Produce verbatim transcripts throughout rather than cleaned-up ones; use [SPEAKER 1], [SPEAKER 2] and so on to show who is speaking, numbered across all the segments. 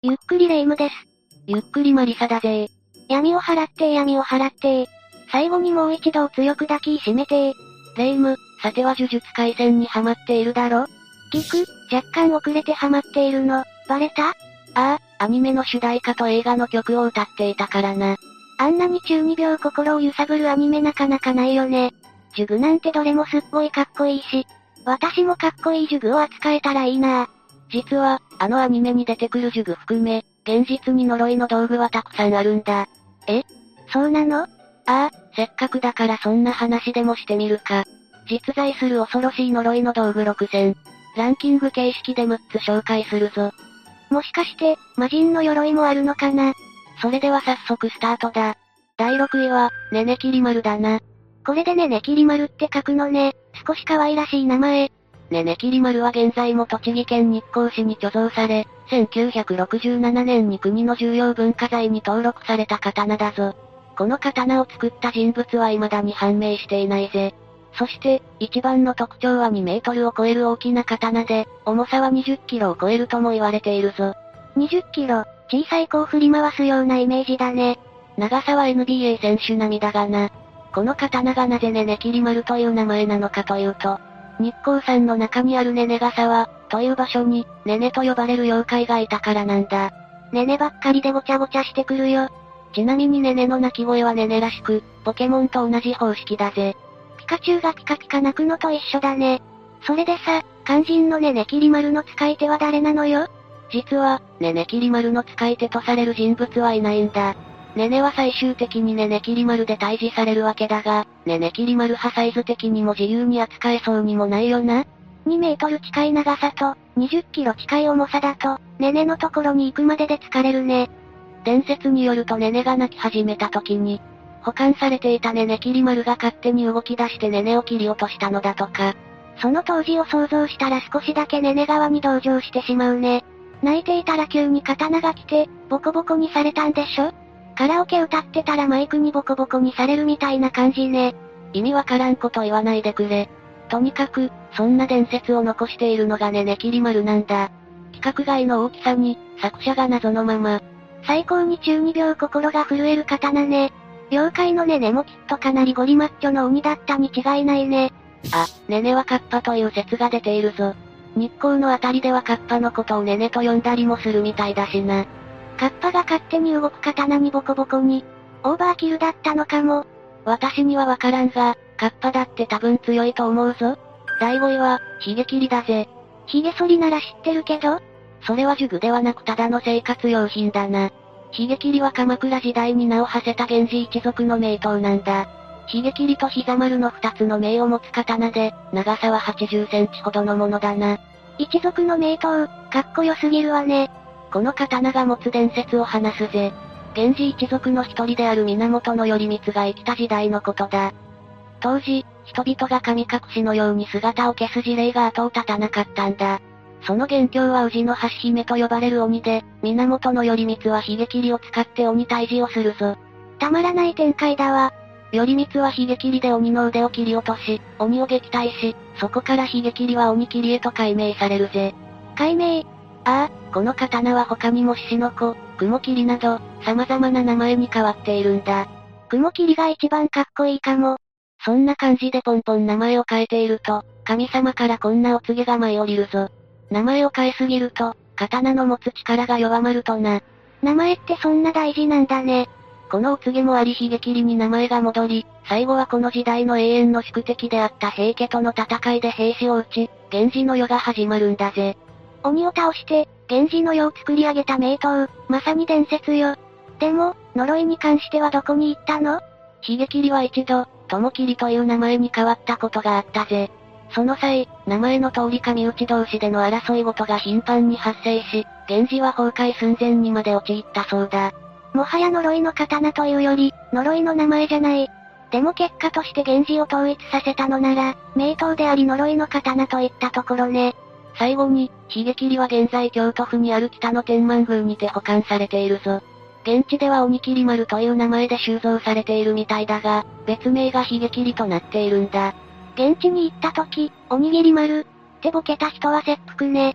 [SPEAKER 1] ゆっくりレ夢ムです。
[SPEAKER 2] ゆっくりマリサだぜ。
[SPEAKER 1] 闇を払って闇を払って最後にもう一度強く抱きしめて
[SPEAKER 2] レ夢ム、さては呪術廻戦にハマっているだろ？
[SPEAKER 1] 聞く、若干遅れてハマっているの、バレた？
[SPEAKER 2] ああ、アニメの主題歌と映画の曲を歌っていたからな。
[SPEAKER 1] あんなに中二病心を揺さぶるアニメなかなかないよね。呪具なんてどれもすっごいかっこいいし、私もかっこいい呪具を扱えたらいいな。
[SPEAKER 2] 実は、あのアニメに出てくる呪具含め、現実に呪いの道具はたくさんあるんだ。
[SPEAKER 1] え？そうなの？
[SPEAKER 2] ああ、せっかくだからそんな話でもしてみるか。実在する恐ろしい呪いの道具ろくせん。ランキング形式でむっつ紹介するぞ。
[SPEAKER 1] もしかして、魔人の鎧もあるのかな？
[SPEAKER 2] それでは早速スタートだ。だいろくいは、ねねきり丸だな。
[SPEAKER 1] これでねねきり丸って書くのね。少し可愛らしい名前。
[SPEAKER 2] ねねきり丸は現在も栃木県日光市に貯蔵され、せんきゅうひゃくろくじゅうななねんに国の重要文化財に登録された刀だぞ。この刀を作った人物は未だに判明していないぜ。そして、一番の特徴はにメートルを超える大きな刀で、重さはにじゅっキロを超えるとも言われているぞ。
[SPEAKER 1] にじゅっキロ、小さい子を振り回すようなイメージだね。
[SPEAKER 2] 長さは エヌビーエー 選手並みだがな。この刀がなぜねねきり丸という名前なのかというと、日光山の中にあるねねが沢、という場所に、ねねと呼ばれる妖怪がいたからなんだ。
[SPEAKER 1] ねねばっかりでごちゃごちゃしてくるよ。
[SPEAKER 2] ちなみにねねの鳴き声はねねらしく、ポケモンと同じ方式だぜ。
[SPEAKER 1] ピカチュウがピカピカ鳴くのと一緒だね。それでさ、肝心のねねきり丸の使い手は誰なのよ？
[SPEAKER 2] 実は、ねねきり丸の使い手とされる人物はいないんだ。ねねは最終的にねねきり丸で退治されるわけだが、ねねきり丸派サイズ的にも自由に扱えそうにもないよな。
[SPEAKER 1] にメートル近い長さと、にじゅっキロ近い重さだと、ねねのところに行くまでで疲れるね。
[SPEAKER 2] 伝説によるとねねが泣き始めた時に、保管されていたねねきり丸が勝手に動き出してねねを切り落としたのだとか。
[SPEAKER 1] その当時を想像したら少しだけねね側に同情してしまうね。泣いていたら急に刀が来て、ボコボコにされたんでしょ？カラオケ歌ってたらマイクにボコボコにされるみたいな感じね。
[SPEAKER 2] 意味わからんこと言わないでくれ。とにかく、そんな伝説を残しているのがねねきり丸なんだ。規格外の大きさに、作者が謎のまま。
[SPEAKER 1] 最高に中二病心が震える刀ね。妖怪のねねもきっとかなりゴリマッチョの鬼だったに違いないね。
[SPEAKER 2] あ、ねねはカッパという説が出ているぞ。日光のあたりではカッパのことをねねと呼んだりもするみたいだしな。
[SPEAKER 1] カッパが勝手に動く刀にボコボコに、オーバーキルだったのかも。
[SPEAKER 2] 私にはわからんが、カッパだって多分強いと思うぞ。だいごいは、ヒゲ切りだぜ。
[SPEAKER 1] ヒゲ剃りなら知ってるけど、
[SPEAKER 2] それは呪具ではなくただの生活用品だな。ヒゲ切りは鎌倉時代に名を馳せた源氏一族の名刀なんだ。ヒゲ切りと膝丸の二つの名を持つ刀で、長さははちじゅっセンチほどのものだな。
[SPEAKER 1] 一族の名刀、かっこよすぎるわね。
[SPEAKER 2] この刀が持つ伝説を話すぜ。源氏一族の一人である源頼光が生きた時代のことだ。当時、人々が神隠しのように姿を消す事例が後を絶たなかったんだ。その元凶は宇治の橋姫と呼ばれる鬼で、源頼光は髭切りを使って鬼退治をするぞ。
[SPEAKER 1] たまらない展開だわ。
[SPEAKER 2] 頼光は髭切りで鬼の腕を切り落とし、鬼を撃退し、そこから髭切りは鬼切りへと改名されるぜ。
[SPEAKER 1] 改名？
[SPEAKER 2] ああ、この刀は他にも獅子の子、雲切りなど、様々な名前に変わっているんだ。
[SPEAKER 1] 雲切りが一番かっこいいかも。
[SPEAKER 2] そんな感じでポンポン名前を変えていると、神様からこんなお告げが舞い降りるぞ。名前を変えすぎると、刀の持つ力が弱まるとな。
[SPEAKER 1] 名前ってそんな大事なんだね。
[SPEAKER 2] このお告げもあり髭切りに名前が戻り、最後はこの時代の永遠の宿敵であった平家との戦いで兵士を討ち、源氏の世が始まるんだぜ。
[SPEAKER 1] 鬼を倒して、源氏の世を作り上げた名刀、まさに伝説よ。でも、呪いに関してはどこに行ったの？
[SPEAKER 2] 髭切りは一度、友切という名前に変わったことがあったぜ。その際、名前の通り神内同士での争い事が頻繁に発生し、源氏は崩壊寸前にまで陥ったそうだ。
[SPEAKER 1] もはや呪いの刀というより、呪いの名前じゃない。でも結果として源氏を統一させたのなら、名刀であり呪いの刀といったところね。
[SPEAKER 2] 最後に、髭切りは現在京都府にある北の天満宮にて保管されているぞ。現地では鬼切丸という名前で収蔵されているみたいだが、別名が髭切りとなっているんだ。
[SPEAKER 1] 現地に行った時、鬼切丸ってボケた人は切腹ね。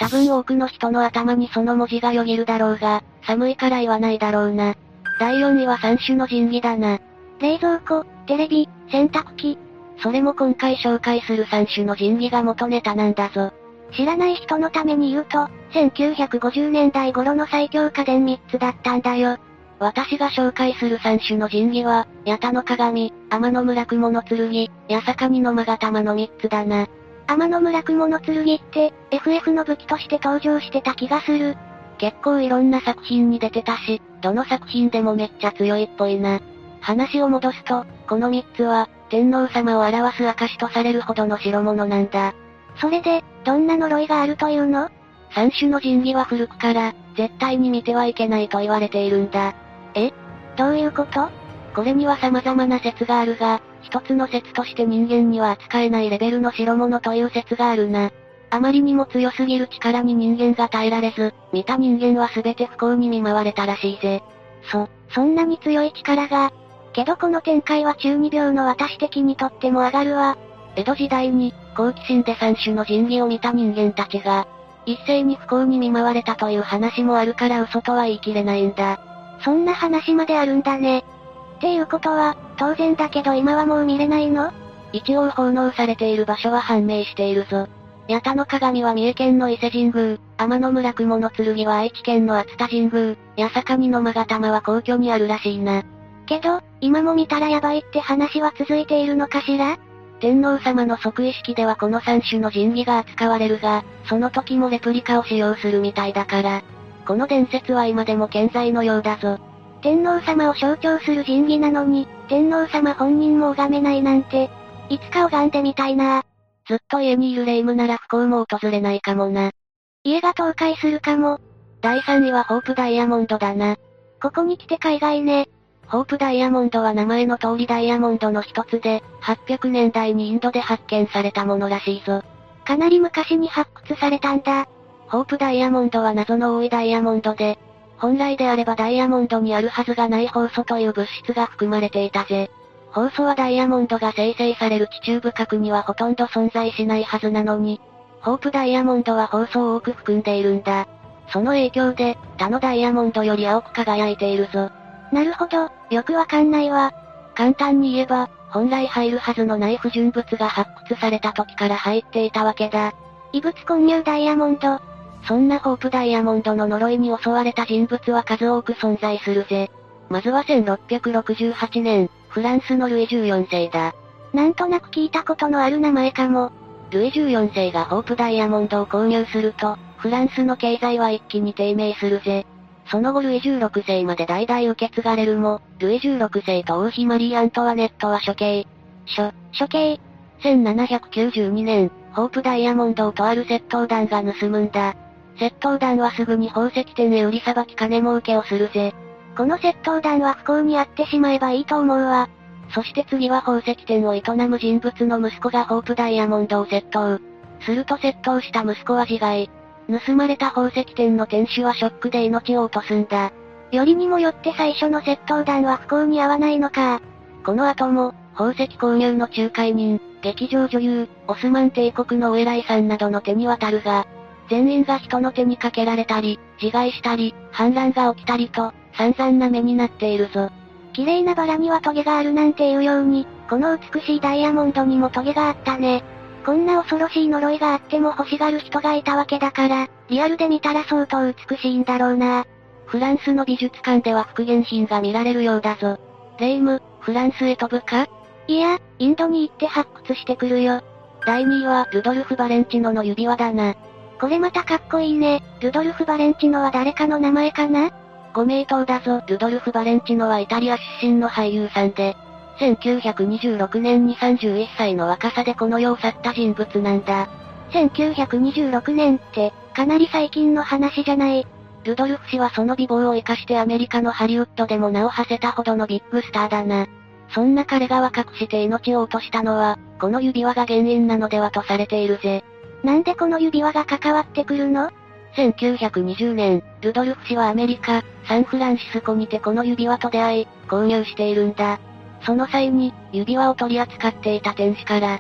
[SPEAKER 2] 多分多くの人の頭にその文字がよぎるだろうが、寒いから言わないだろうな。だいよんいはさん種の神器だな。
[SPEAKER 1] 冷蔵庫、テレビ、洗濯機。
[SPEAKER 2] それも今回紹介するさん種の神器が元ネタなんだぞ。
[SPEAKER 1] 知らない人のために言うと、せんきゅうひゃくごじゅうねんだい頃の最強家電みっつだったんだよ。
[SPEAKER 2] 私が紹介するさん種の神器は、八田の鏡、天の村雲の剣、八坂二の勾玉のみっつだな。
[SPEAKER 1] 天の村雲の剣って、エフエフ の武器として登場してた気がする。
[SPEAKER 2] 結構いろんな作品に出てたし、どの作品でもめっちゃ強いっぽいな。話を戻すと、このみっつは、天皇様を表す証とされるほどの代物なんだ。
[SPEAKER 1] それで、どんな呪いがあるというの？
[SPEAKER 2] 三種の神器は古くから、絶対に見てはいけないと言われているんだ。
[SPEAKER 1] え？どういうこと？
[SPEAKER 2] これには様々な説があるが、一つの説として人間には扱えないレベルの代物という説があるな。あまりにも強すぎる力に人間が耐えられず、見た人間は全て不幸に見舞われたらしいぜ。
[SPEAKER 1] そ、そんなに強い力が。けどこの展開は中二病の私的にとっても上がるわ。
[SPEAKER 2] 江戸時代に、好奇心で三種の神器を見た人間たちが、一斉に不幸に見舞われたという話もあるから嘘とは言い切れないんだ。
[SPEAKER 1] そんな話まであるんだね。っていうことは、当然だけど今はもう見れないの？
[SPEAKER 2] 一応奉納されている場所は判明しているぞ。八田の鏡は三重県の伊勢神宮、天の村雲の剣は愛知県の熱田神宮、八坂二の勾玉は皇居にあるらしいな。
[SPEAKER 1] けど、今も見たらやばいって話は続いているのかしら？
[SPEAKER 2] 天皇様の即位式ではこの三種の神器が扱われるが、その時もレプリカを使用するみたいだから。この伝説は今でも健在のようだぞ。
[SPEAKER 1] 天皇様を象徴する神器なのに、天皇様本人も拝めないなんて、いつか拝んでみたいな。
[SPEAKER 2] ずっと家にいる霊夢なら不幸も訪れないかもな。
[SPEAKER 1] 家が倒壊するかも。
[SPEAKER 2] だいさんいはホープダイヤモンドだな。
[SPEAKER 1] ここに来て海外ね。
[SPEAKER 2] ホープダイヤモンドは名前の通りダイヤモンドの一つで、はっぴゃくねんだいにインドで発見されたものらしいぞ。
[SPEAKER 1] かなり昔に発掘されたんだ。
[SPEAKER 2] ホープダイヤモンドは謎の多いダイヤモンドで、本来であればダイヤモンドにあるはずがないホウ素という物質が含まれていたぜ。ホウ素はダイヤモンドが生成される地中深くにはほとんど存在しないはずなのに、ホープダイヤモンドはホウ素を多く含んでいるんだ。その影響で、他のダイヤモンドより青く輝いているぞ。
[SPEAKER 1] なるほど、よくわかんないわ。
[SPEAKER 2] 簡単に言えば、本来入るはずのない不純物が発掘された時から入っていたわけだ。
[SPEAKER 1] 異物混入ダイヤモンド。
[SPEAKER 2] そんなホープダイヤモンドの呪いに襲われた人物は数多く存在するぜ。まずはせんろっぴゃくろくじゅうはちねん、フランスのルイじゅうよんせいだ。
[SPEAKER 1] なんとなく聞いたことのある名前かも。
[SPEAKER 2] ルイじゅうよんせいがホープダイヤモンドを購入すると、フランスの経済は一気に低迷するぜ。その後ルイじゅうろくせいまで代々受け継がれるも、ルイじゅうろくせいと王妃マリー・アントワネットは処刑。
[SPEAKER 1] 処、処刑。
[SPEAKER 2] せんななひゃくきゅうじゅうにねん、ホープダイヤモンドをとある窃盗団が盗むんだ。窃盗団はすぐに宝石店へ売りさばき金儲けをするぜ。
[SPEAKER 1] この窃盗団は不幸にあってしまえばいいと思うわ。
[SPEAKER 2] そして次は宝石店を営む人物の息子がホープダイヤモンドを窃盗。すると窃盗した息子は自害。盗まれた宝石店の店主はショックで命を落とすんだ。
[SPEAKER 1] よりにもよって最初の窃盗団は不幸に遭わないのか。
[SPEAKER 2] この後も、宝石購入の仲介人、劇場女優、オスマン帝国のお偉いさんなどの手に渡るが、全員が人の手にかけられたり、自害したり、反乱が起きたりと、散々な目になっているぞ。
[SPEAKER 1] 綺麗なバラにはトゲがあるなんていうように、この美しいダイヤモンドにもトゲがあったね。こんな恐ろしい呪いがあっても欲しがる人がいたわけだから、リアルで見たら相当美しいんだろうな。
[SPEAKER 2] フランスの美術館では復元品が見られるようだぞ。レイム、フランスへ飛ぶか？
[SPEAKER 1] いや、インドに行って発掘してくるよ。
[SPEAKER 2] だいにいは、ルドルフ・バレンチノの指輪だな。
[SPEAKER 1] これまたかっこいいね。ルドルフ・バレンチノは誰かの名前かな？
[SPEAKER 2] ご名答だぞ。ルドルフ・バレンチノはイタリア出身の俳優さんで、せんきゅうひゃくにじゅうろくねんにさんじゅういっさいの若さでこの世を去った人物なんだ。
[SPEAKER 1] せんきゅうひゃくにじゅうろくねんって、かなり最近の話じゃない。
[SPEAKER 2] ルドルフ氏はその美貌を生かしてアメリカのハリウッドでも名を馳せたほどのビッグスターだな。そんな彼が若くして命を落としたのは、この指輪が原因なのではとされているぜ。
[SPEAKER 1] なんでこの指輪が関わってくるの？
[SPEAKER 2] せんきゅうひゃくにじゅうねん、ルドルフ氏はアメリカ、サンフランシスコにてこの指輪と出会い、購入しているんだ。その際に、指輪を取り扱っていた店主から、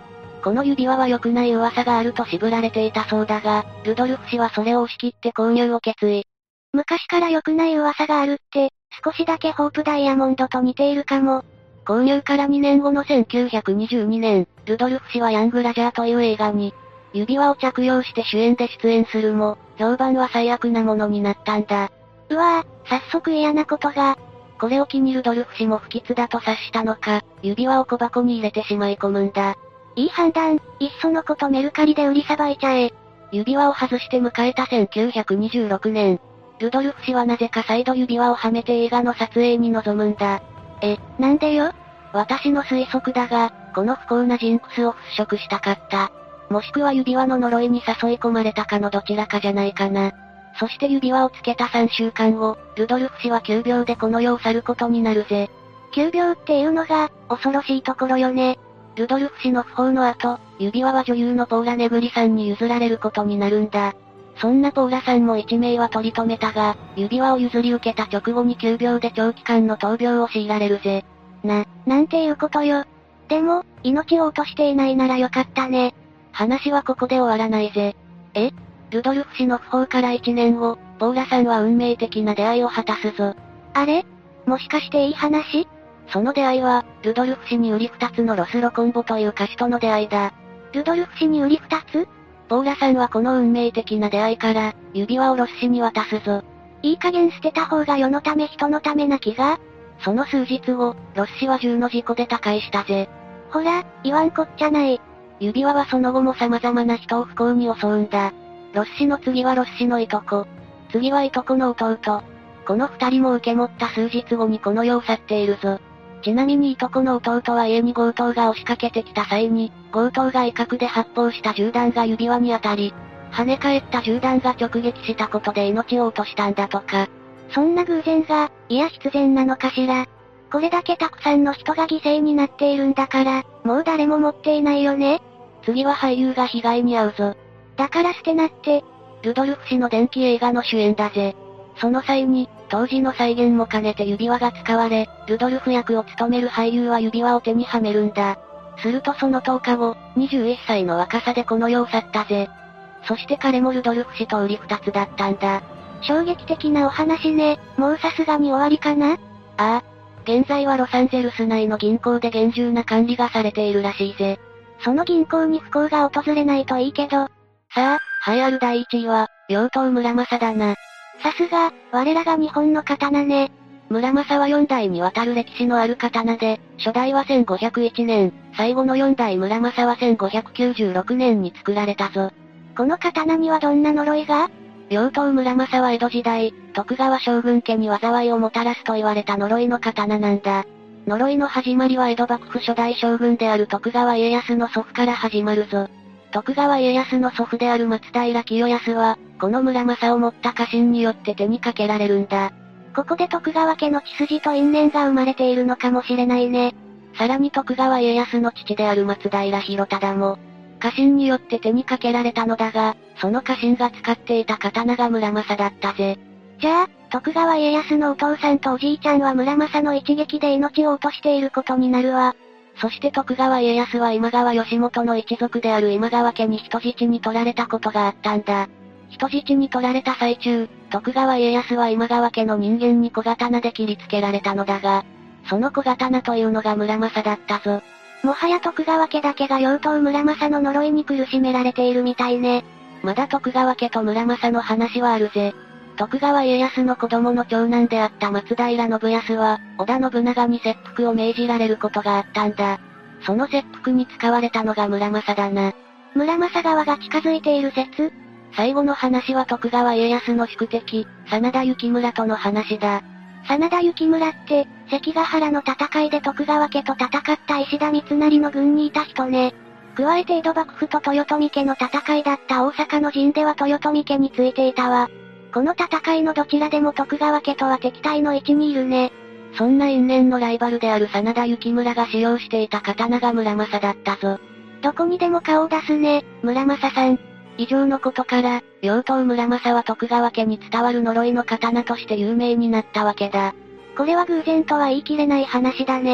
[SPEAKER 2] この指輪は良くない噂があると渋られていたそうだが、ルドルフ氏はそれを押し切って購入を決意。
[SPEAKER 1] 昔から良くない噂があるって、少しだけホープダイヤモンドと似ているかも。
[SPEAKER 2] 購入からにねんごのせんきゅうひゃくにじゅうにねん、ルドルフ氏はヤングラジャーという映画に、指輪を着用して主演で出演するも、評判は最悪なものになったんだ。
[SPEAKER 1] うわぁ、早速嫌なことが。
[SPEAKER 2] これを機にルドルフ氏も不吉だと察したのか、指輪を小箱に入れてしまい込むんだ。
[SPEAKER 1] いい判断、いっそのことメルカリで売りさばいちゃえ。
[SPEAKER 2] 指輪を外して迎えたせんきゅうひゃくにじゅうろくねん。ルドルフ氏はなぜか再度指輪をはめて映画の撮影に臨むんだ。
[SPEAKER 1] え、なんでよ？
[SPEAKER 2] 私の推測だが、この不幸なジンクスを払拭したかった。もしくは指輪の呪いに誘い込まれたかのどちらかじゃないかな。そして指輪をつけたさんしゅうかんご、ルドルフ氏は急病でこの世を去ることになるぜ。
[SPEAKER 1] 急病っていうのが、恐ろしいところよね。
[SPEAKER 2] ルドルフ氏の訃報の後、指輪は女優のポーラ・ネグリさんに譲られることになるんだ。そんなポーラさんも一命は取り留めたが、指輪を譲り受けた直後に急病で長期間の闘病を強いられるぜ。
[SPEAKER 1] な、なんていうことよ。でも、命を落としていないならよかったね。
[SPEAKER 2] 話はここで終わらないぜ。え？ルドルフ氏の訃報からいちねんご、ポーラさんは運命的な出会いを果たすぞ。
[SPEAKER 1] あれ？もしかしていい話？
[SPEAKER 2] その出会いは、ルドルフ氏に売り二つのロスロコンボという歌手との出会いだ。
[SPEAKER 1] ルドルフ氏に売り二つ？
[SPEAKER 2] ポーラさんはこの運命的な出会いから、指輪をロス氏に渡すぞ。
[SPEAKER 1] いい加減捨てた方が世のため人のためな気が。
[SPEAKER 2] その数日後、ロス氏は銃の事故で他界したぜ。
[SPEAKER 1] ほら、言わんこっちゃない。
[SPEAKER 2] 指輪はその後も様々な人を不幸に襲うんだ。ロス氏の次はロス氏のいとこ。次はいとこの弟。この二人も受け持った数日後にこの世を去っているぞ。ちなみにいとこの弟は家に強盗が押しかけてきた際に、強盗が威嚇で発砲した銃弾が指輪に当たり、跳ね返った銃弾が直撃したことで命を落としたんだとか。
[SPEAKER 1] そんな偶然が、いや必然なのかしら。これだけたくさんの人が犠牲になっているんだから、もう誰も持っていないよね。
[SPEAKER 2] 次は俳優が被害に遭うぞ。
[SPEAKER 1] だから捨てなって。
[SPEAKER 2] ルドルフ氏の伝記映画の主演だぜ。その際に、当時の再現も兼ねて指輪が使われ、ルドルフ役を務める俳優は指輪を手にはめるんだ。するとそのとおかご、にじゅういっさいの若さでこの世を去ったぜ。そして彼もルドルフ氏と売り二つだったんだ。
[SPEAKER 1] 衝撃的なお話ね。もうさすがに終わりかな？
[SPEAKER 2] ああ。現在はロサンゼルス内の銀行で厳重な管理がされているらしいぜ。
[SPEAKER 1] その銀行に不幸が訪れないといいけど。
[SPEAKER 2] さあ、栄えあるだいいちいは、妖刀村正だな。
[SPEAKER 1] さすが、我らが日本の刀ね。
[SPEAKER 2] 村正はよんだいにわたる歴史のある刀で、初代はせんごひゃくいちねん、最後のよんだい村正はせんごひゃくきゅうじゅうろくねんに作られたぞ。
[SPEAKER 1] この刀にはどんな呪いが？
[SPEAKER 2] 妖刀村正は江戸時代、徳川将軍家に災いをもたらすと言われた呪いの刀なんだ。呪いの始まりは江戸幕府初代将軍である徳川家康の祖父から始まるぞ。徳川家康の祖父である松平清康は、この村正を持った家臣によって手にかけられるんだ。
[SPEAKER 1] ここで徳川家の血筋と因縁が生まれているのかもしれないね。
[SPEAKER 2] さらに徳川家康の父である松平広忠も、家臣によって手にかけられたのだが、その家臣が使っていた刀が村正だったぜ。
[SPEAKER 1] じゃあ、徳川家康のお父さんとおじいちゃんは村正の一撃で命を落としていることになるわ。
[SPEAKER 2] そして徳川家康は今川義元の一族である今川家に人質に取られたことがあったんだ。人質に取られた最中、徳川家康は今川家の人間に小刀で切りつけられたのだが、その小刀というのが村正だったぞ。
[SPEAKER 1] もはや徳川家だけが妖刀村正の呪いに苦しめられているみたいね。
[SPEAKER 2] まだ徳川家と村正の話はあるぜ。徳川家康の子供の長男であった松平信康は、織田信長に切腹を命じられることがあったんだ。その切腹に使われたのが村正だな。
[SPEAKER 1] 村正側が近づいている説？
[SPEAKER 2] 最後の話は徳川家康の宿敵、真田幸村との話だ。
[SPEAKER 1] 真田幸村って、関ヶ原の戦いで徳川家と戦った石田三成の軍にいた人ね。加えて江戸幕府と豊臣家の戦いだった大阪の陣では豊臣家についていたわ。この戦いのどちらでも徳川家とは敵対の位置にいるね。
[SPEAKER 2] そんな因縁のライバルである真田幸村が使用していた刀が村正だったぞ。
[SPEAKER 1] どこにでも顔を出すね、村正さん。
[SPEAKER 2] 以上のことから、妖刀村正は徳川家に伝わる呪いの刀として有名になったわけだ。
[SPEAKER 1] これは偶然とは言い切れない話だね。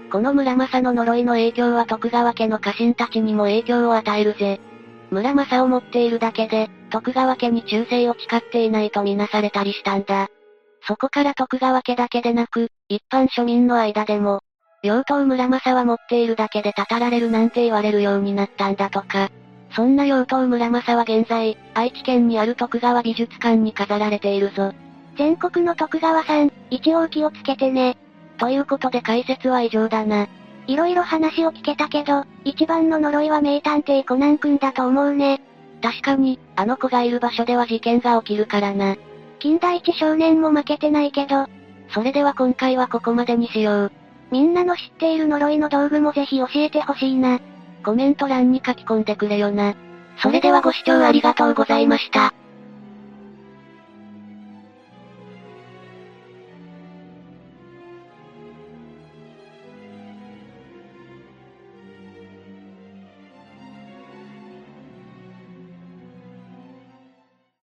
[SPEAKER 2] この村正の呪いの影響は徳川家の家臣たちにも影響を与えるぜ。村正を持っているだけで、徳川家に忠誠を誓っていないとみなされたりしたんだ。そこから徳川家だけでなく、一般庶民の間でも、妖刀村正は持っているだけでたたられるなんて言われるようになったんだとか。そんな妖刀村正は現在、愛知県にある徳川美術館に飾られているぞ。
[SPEAKER 1] 全国の徳川さん、一応気をつけてね。
[SPEAKER 2] ということで解説は以上だな。
[SPEAKER 1] いろいろ話を聞けたけど、一番の呪いは名探偵コナン君だと思うね。
[SPEAKER 2] 確かに、あの子がいる場所では事件が起きるからな。
[SPEAKER 1] 金田一少年も負けてないけど。
[SPEAKER 2] それでは今回はここまでにしよう。
[SPEAKER 1] みんなの知っている呪いの道具もぜひ教えてほしいな。
[SPEAKER 2] コメント欄に書き込んでくれよな。それではご視聴ありがとうございました。